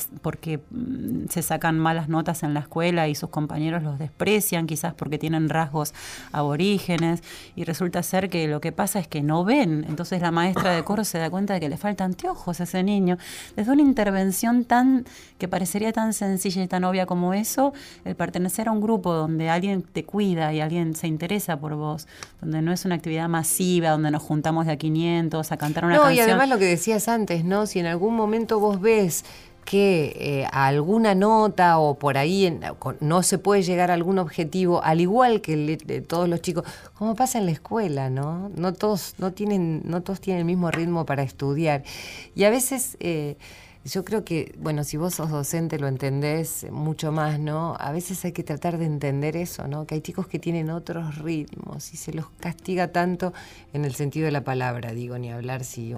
se sacan malas notas en la escuela y sus compañeros los desprecian, quizás porque tienen rasgos aborígenes, y resulta ser que lo que pasa es que no ven. Entonces la maestra de coro se da cuenta de que le faltan anteojos a ese niño. Desde una intervención que parecería tan sencilla y tan obvia como eso, el pertenecer a un grupo donde alguien te cuida y alguien se interesa por vos, donde no es una actividad masiva, donde nos juntamos de a 500 a cantar una canción. No, y además lo que decías antes, ¿no? Si en algún momento vos ves que a alguna nota o por ahí no se puede llegar a algún objetivo, al igual que todos los chicos, como pasa en la escuela, ¿no? No todos tienen el mismo ritmo para estudiar. Y a veces yo creo que, bueno, si vos sos docente lo entendés mucho más, ¿no? A veces hay que tratar de entender eso, ¿no? Que hay chicos que tienen otros ritmos y se los castiga tanto en el sentido de la palabra, digo, ni hablar si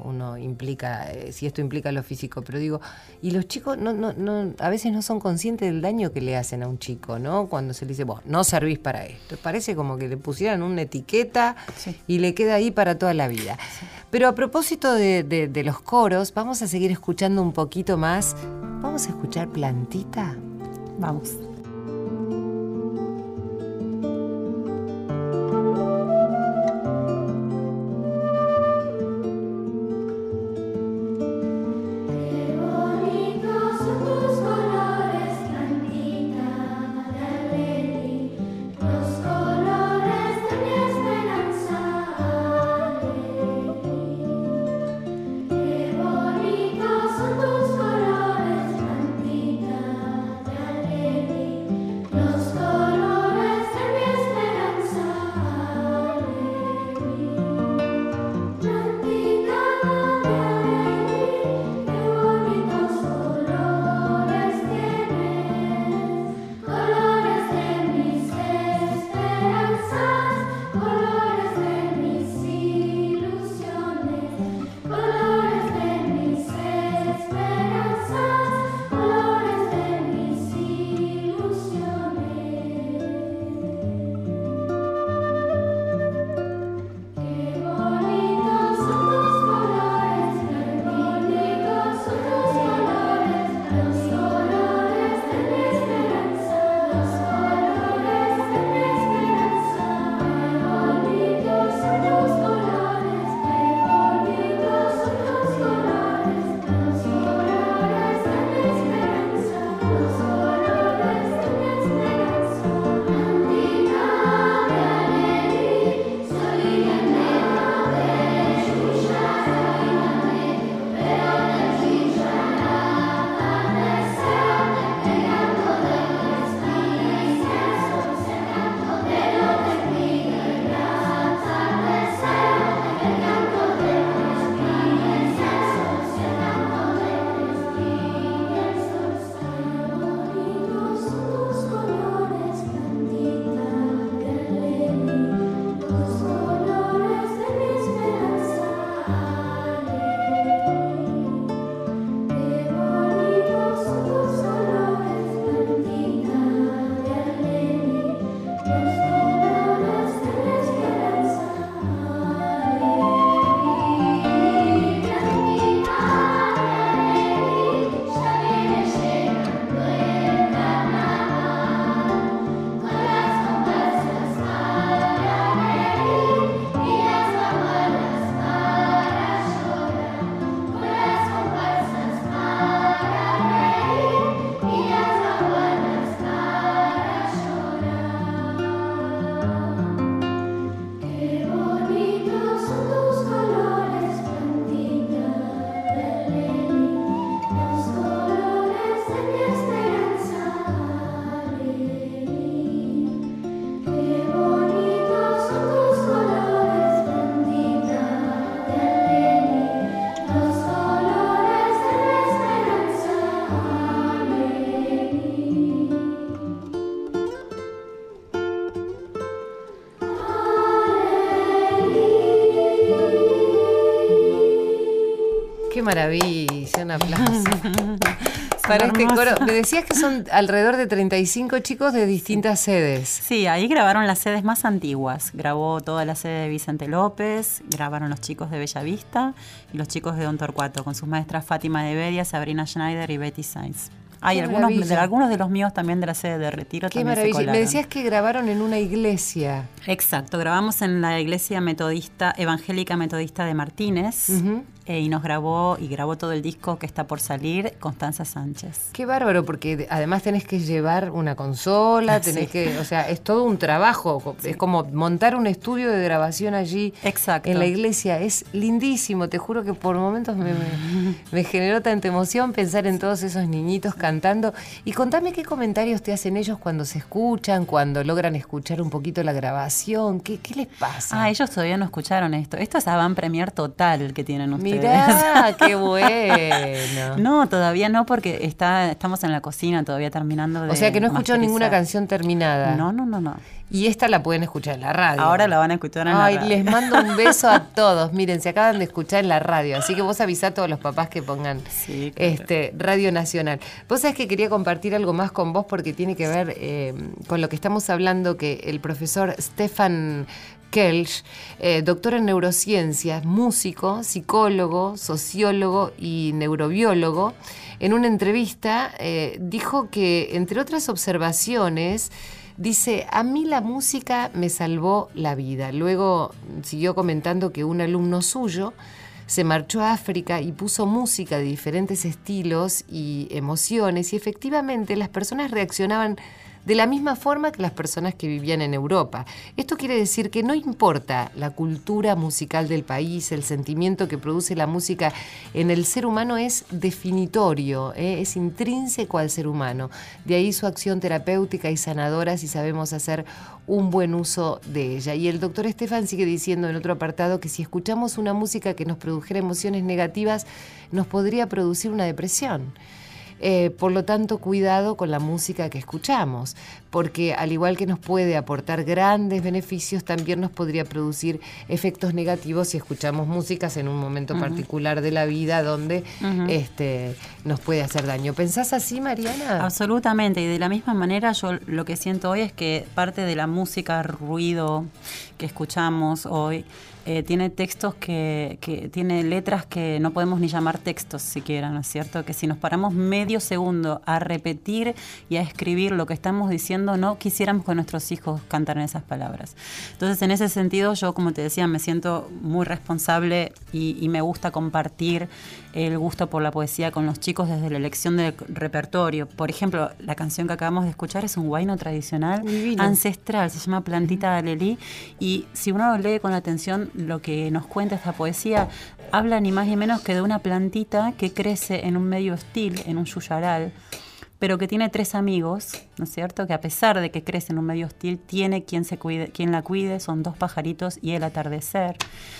esto implica lo físico, pero digo, y los chicos a veces no son conscientes del daño que le hacen a un chico, ¿no? Cuando se le dice, vos no servís para esto. Parece como que le pusieran una etiqueta y le queda ahí para toda la vida. Sí. Pero a propósito de los coros, vamos a seguir escuchando un poquito más. ¿Vamos a escuchar Plantita? Vamos. Son tus colores, plantita de alegría. Qué maravilla, un aplauso. Para este coro, me decías que son alrededor de 35 chicos de distintas sedes. Sí, ahí grabaron las sedes más antiguas. Grabó toda la sede de Vicente López, grabaron los chicos de Bellavista y los chicos de Don Torcuato, con sus maestras Fátima de Bedia, Sabrina Schneider y Betty Sainz. Hay algunos de los míos también de la sede de Retiro. Qué también maravilla. se colaron. Me decías que grabaron en una iglesia. Exacto, grabamos en la iglesia metodista, evangélica metodista de Martínez. Uh-huh. Y grabó todo el disco que está por salir, Constanza Sánchez. Qué bárbaro, porque además tenés que llevar una consola, tenés que, o sea, es todo un trabajo, es como montar un estudio de grabación allí. Exacto. En la iglesia. Es lindísimo, te juro que por momentos me generó tanta emoción pensar en todos esos niñitos cantando. Y contame qué comentarios te hacen ellos cuando se escuchan, cuando logran escuchar un poquito la grabación, ¿qué les pasa? Ellos todavía no escucharon esto. Esto es avant premier total que tienen ustedes. Mirá, qué bueno. No, todavía no, porque estamos en la cocina todavía terminando de O sea que no escuchó masterizar. ninguna canción terminada. No. Y esta la pueden escuchar en la radio. Ahora la van a escuchar en la radio. Les mando un beso a todos. Miren, se acaban de escuchar en la radio. Así que vos avisá a todos los papás que pongan Sí, claro. Radio Nacional. Vos sabés que quería compartir algo más con vos porque tiene que ver con lo que estamos hablando, que el profesor Stefan Kelch, doctor en neurociencias, músico, psicólogo, sociólogo y neurobiólogo, en una entrevista dijo que, entre otras observaciones, dice: a mí la música me salvó la vida. Luego siguió comentando que un alumno suyo se marchó a África y puso música de diferentes estilos y emociones, y efectivamente las personas reaccionaban de la misma forma que las personas que vivían en Europa. Esto quiere decir que no importa la cultura musical del país, el sentimiento que produce la música en el ser humano es definitorio, es intrínseco al ser humano. De ahí su acción terapéutica y sanadora si sabemos hacer un buen uso de ella. Y el doctor Estefan sigue diciendo en otro apartado que si escuchamos una música que nos produjera emociones negativas, nos podría producir una depresión. Por lo tanto, cuidado con la música que escuchamos, porque al igual que nos puede aportar grandes beneficios, también nos podría producir efectos negativos si escuchamos músicas en un momento particular de la vida donde nos puede hacer daño. ¿Pensás así, Mariana? Absolutamente, y de la misma manera yo lo que siento hoy es que parte de la música ruido que escuchamos hoy tiene textos que tiene letras que no podemos ni llamar textos siquiera, ¿no es cierto? Que si nos paramos medio segundo a repetir y a escribir lo que estamos diciendo, no quisiéramos que nuestros hijos cantaran esas palabras. Entonces, en ese sentido, yo, como te decía, me siento muy responsable y me gusta compartir el gusto por la poesía con los chicos desde la elección del repertorio. Por ejemplo, la canción que acabamos de escuchar es un huayno tradicional ancestral, se llama Plantita de Alelí, y si uno lo lee con atención, lo que nos cuenta esta poesía habla ni más ni menos que de una plantita que crece en un medio hostil, en un yuyaral, pero que tiene 3 amigos, ¿no es cierto? Que a pesar de que crece en un medio hostil, tiene quien la cuide, son 2 pajaritos y el atardecer.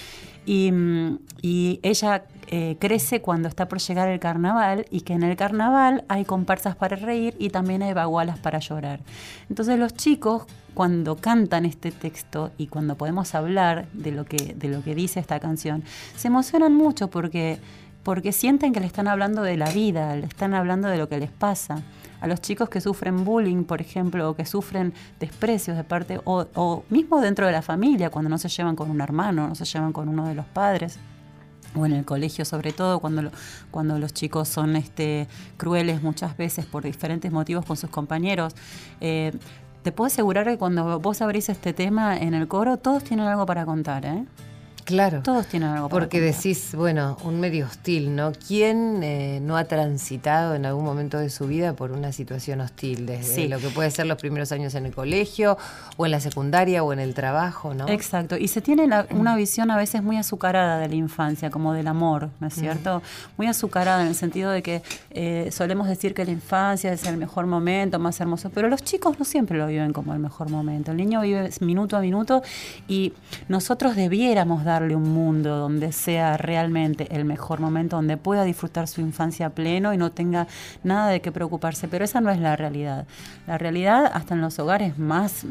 Y ella crece cuando está por llegar el carnaval, y que en el carnaval hay comparsas para reír y también hay bagualas para llorar. Entonces los chicos, cuando cantan este texto y cuando podemos hablar de lo que dice esta canción, se emocionan mucho porque sienten que le están hablando de la vida, le están hablando de lo que les pasa. A los chicos que sufren bullying, por ejemplo, o que sufren desprecios de parte, o mismo dentro de la familia, cuando no se llevan con un hermano, no se llevan con uno de los padres, o en el colegio sobre todo, cuando los chicos son crueles muchas veces por diferentes motivos con sus compañeros. Te puedo asegurar que cuando vos abrís este tema en el coro, todos tienen algo para contar, ¿eh? Claro. Todos tienen algo para porque contar. decís, bueno, un medio hostil, ¿no? ¿Quién no ha transitado en algún momento de su vida por una situación hostil? Desde lo que puede ser los primeros años en el colegio, o en la secundaria, o en el trabajo, ¿no? Exacto. Y se tiene una visión a veces muy azucarada de la infancia, como del amor, ¿no es cierto? Muy azucarada en el sentido de que solemos decir que la infancia es el mejor momento, más hermoso, pero los chicos no siempre lo viven como el mejor momento. El niño vive minuto a minuto y nosotros debiéramos darle un mundo donde sea realmente el mejor momento, donde pueda disfrutar su infancia a pleno y no tenga nada de qué preocuparse. Pero esa no es la realidad. La realidad, hasta en los hogares más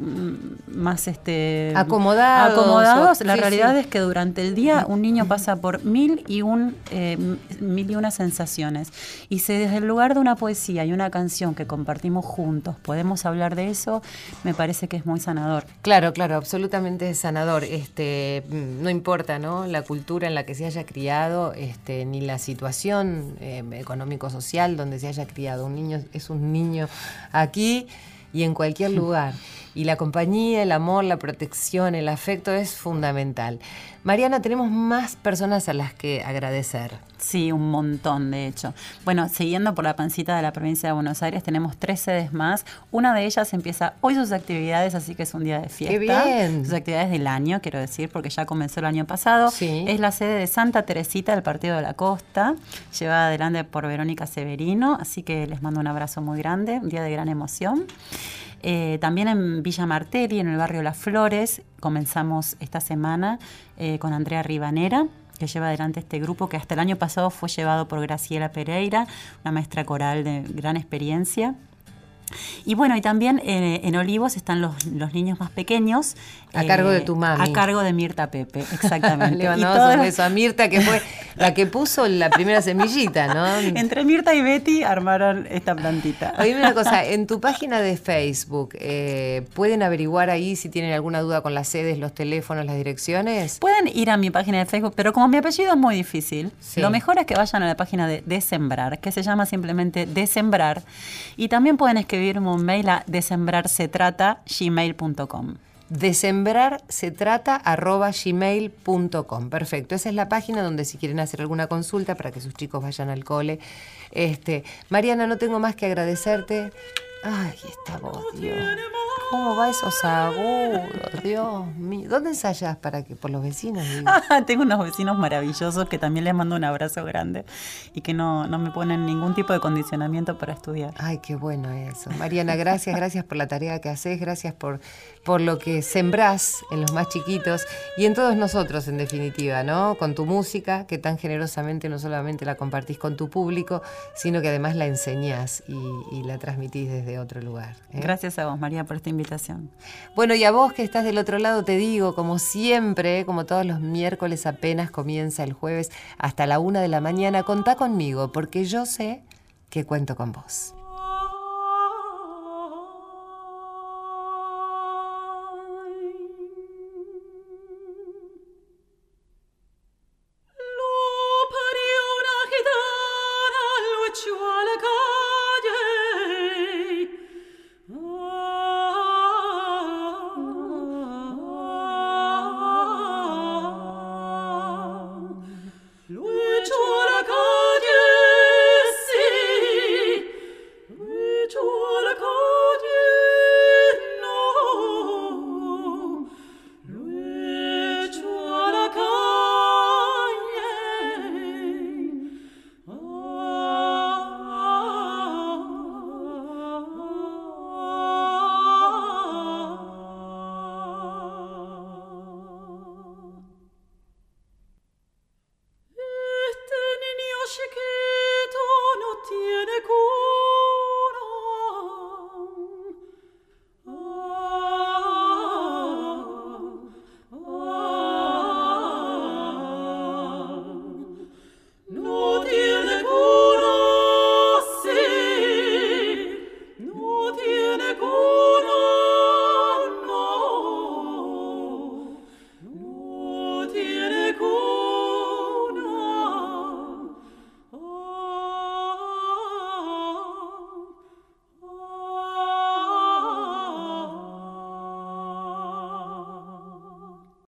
acomodados, la realidad es que durante el día un niño pasa por mil y una sensaciones. Y si desde el lugar de una poesía y una canción que compartimos juntos podemos hablar de eso, me parece que es muy sanador. Claro, absolutamente sanador. No importa, ¿no?, la cultura en la que se haya criado, ni la situación económico-social donde se haya criado. Un niño es un niño aquí y en cualquier lugar. Y la compañía, el amor, la protección, el afecto es fundamental. Mariana, tenemos más personas a las que agradecer. Sí, un montón, de hecho. Bueno, siguiendo por la pancita de la provincia de Buenos Aires, tenemos 3 sedes más. Una de ellas empieza hoy sus actividades, así que es un día de fiesta. ¡Qué bien! Sus actividades del año, quiero decir, porque ya comenzó el año pasado. Sí. Es la sede de Santa Teresita del Partido de la Costa, llevada adelante por Verónica Severino, así que les mando un abrazo muy grande, un día de gran emoción. También en Villa Martelli, en el barrio Las Flores, comenzamos esta semana con Andrea Ribanera, que lleva adelante este grupo que hasta el año pasado fue llevado por Graciela Pereira, una maestra coral de gran experiencia. Y bueno, y también en Olivos están los niños más pequeños. A cargo de tu mami. A cargo de Mirta Pepe, exactamente. Le mandamos un beso a Mirta, que fue la que puso la primera semillita, ¿no? Entre Mirta y Betty armaron esta plantita. Oíme una cosa, en tu página de Facebook, ¿pueden averiguar ahí si tienen alguna duda con las sedes, los teléfonos, las direcciones? Pueden ir a mi página de Facebook, pero como mi apellido es muy difícil, sí, lo mejor es que vayan a la página de Desembrar, que se llama simplemente Desembrar, y también pueden escribirme un mail a desembrarsetrata@gmail.com. desembrarsetrata@gmail.com. Perfecto, esa es la página donde si quieren hacer alguna consulta para que sus chicos vayan al cole. Mariana, no tengo más que agradecerte. Ay, esta voz, Dios. ¿Cómo va esos agudos? Dios mío. ¿Dónde ensayás para que por los vecinos? Tengo unos vecinos maravillosos que también les mando un abrazo grande y que no me ponen ningún tipo de condicionamiento para estudiar. Ay, qué bueno eso. Mariana, gracias por la tarea que haces, gracias por lo que sembrás en los más chiquitos y en todos nosotros, en definitiva, ¿no? Con tu música, que tan generosamente no solamente la compartís con tu público, sino que además la enseñás y la transmitís desde otro lugar. Gracias a vos, María, por esta invitación. Bueno, y a vos que estás del otro lado te digo, como siempre, como todos los miércoles apenas comienza el jueves hasta la 1 de la mañana, contá conmigo, porque yo sé que cuento con vos.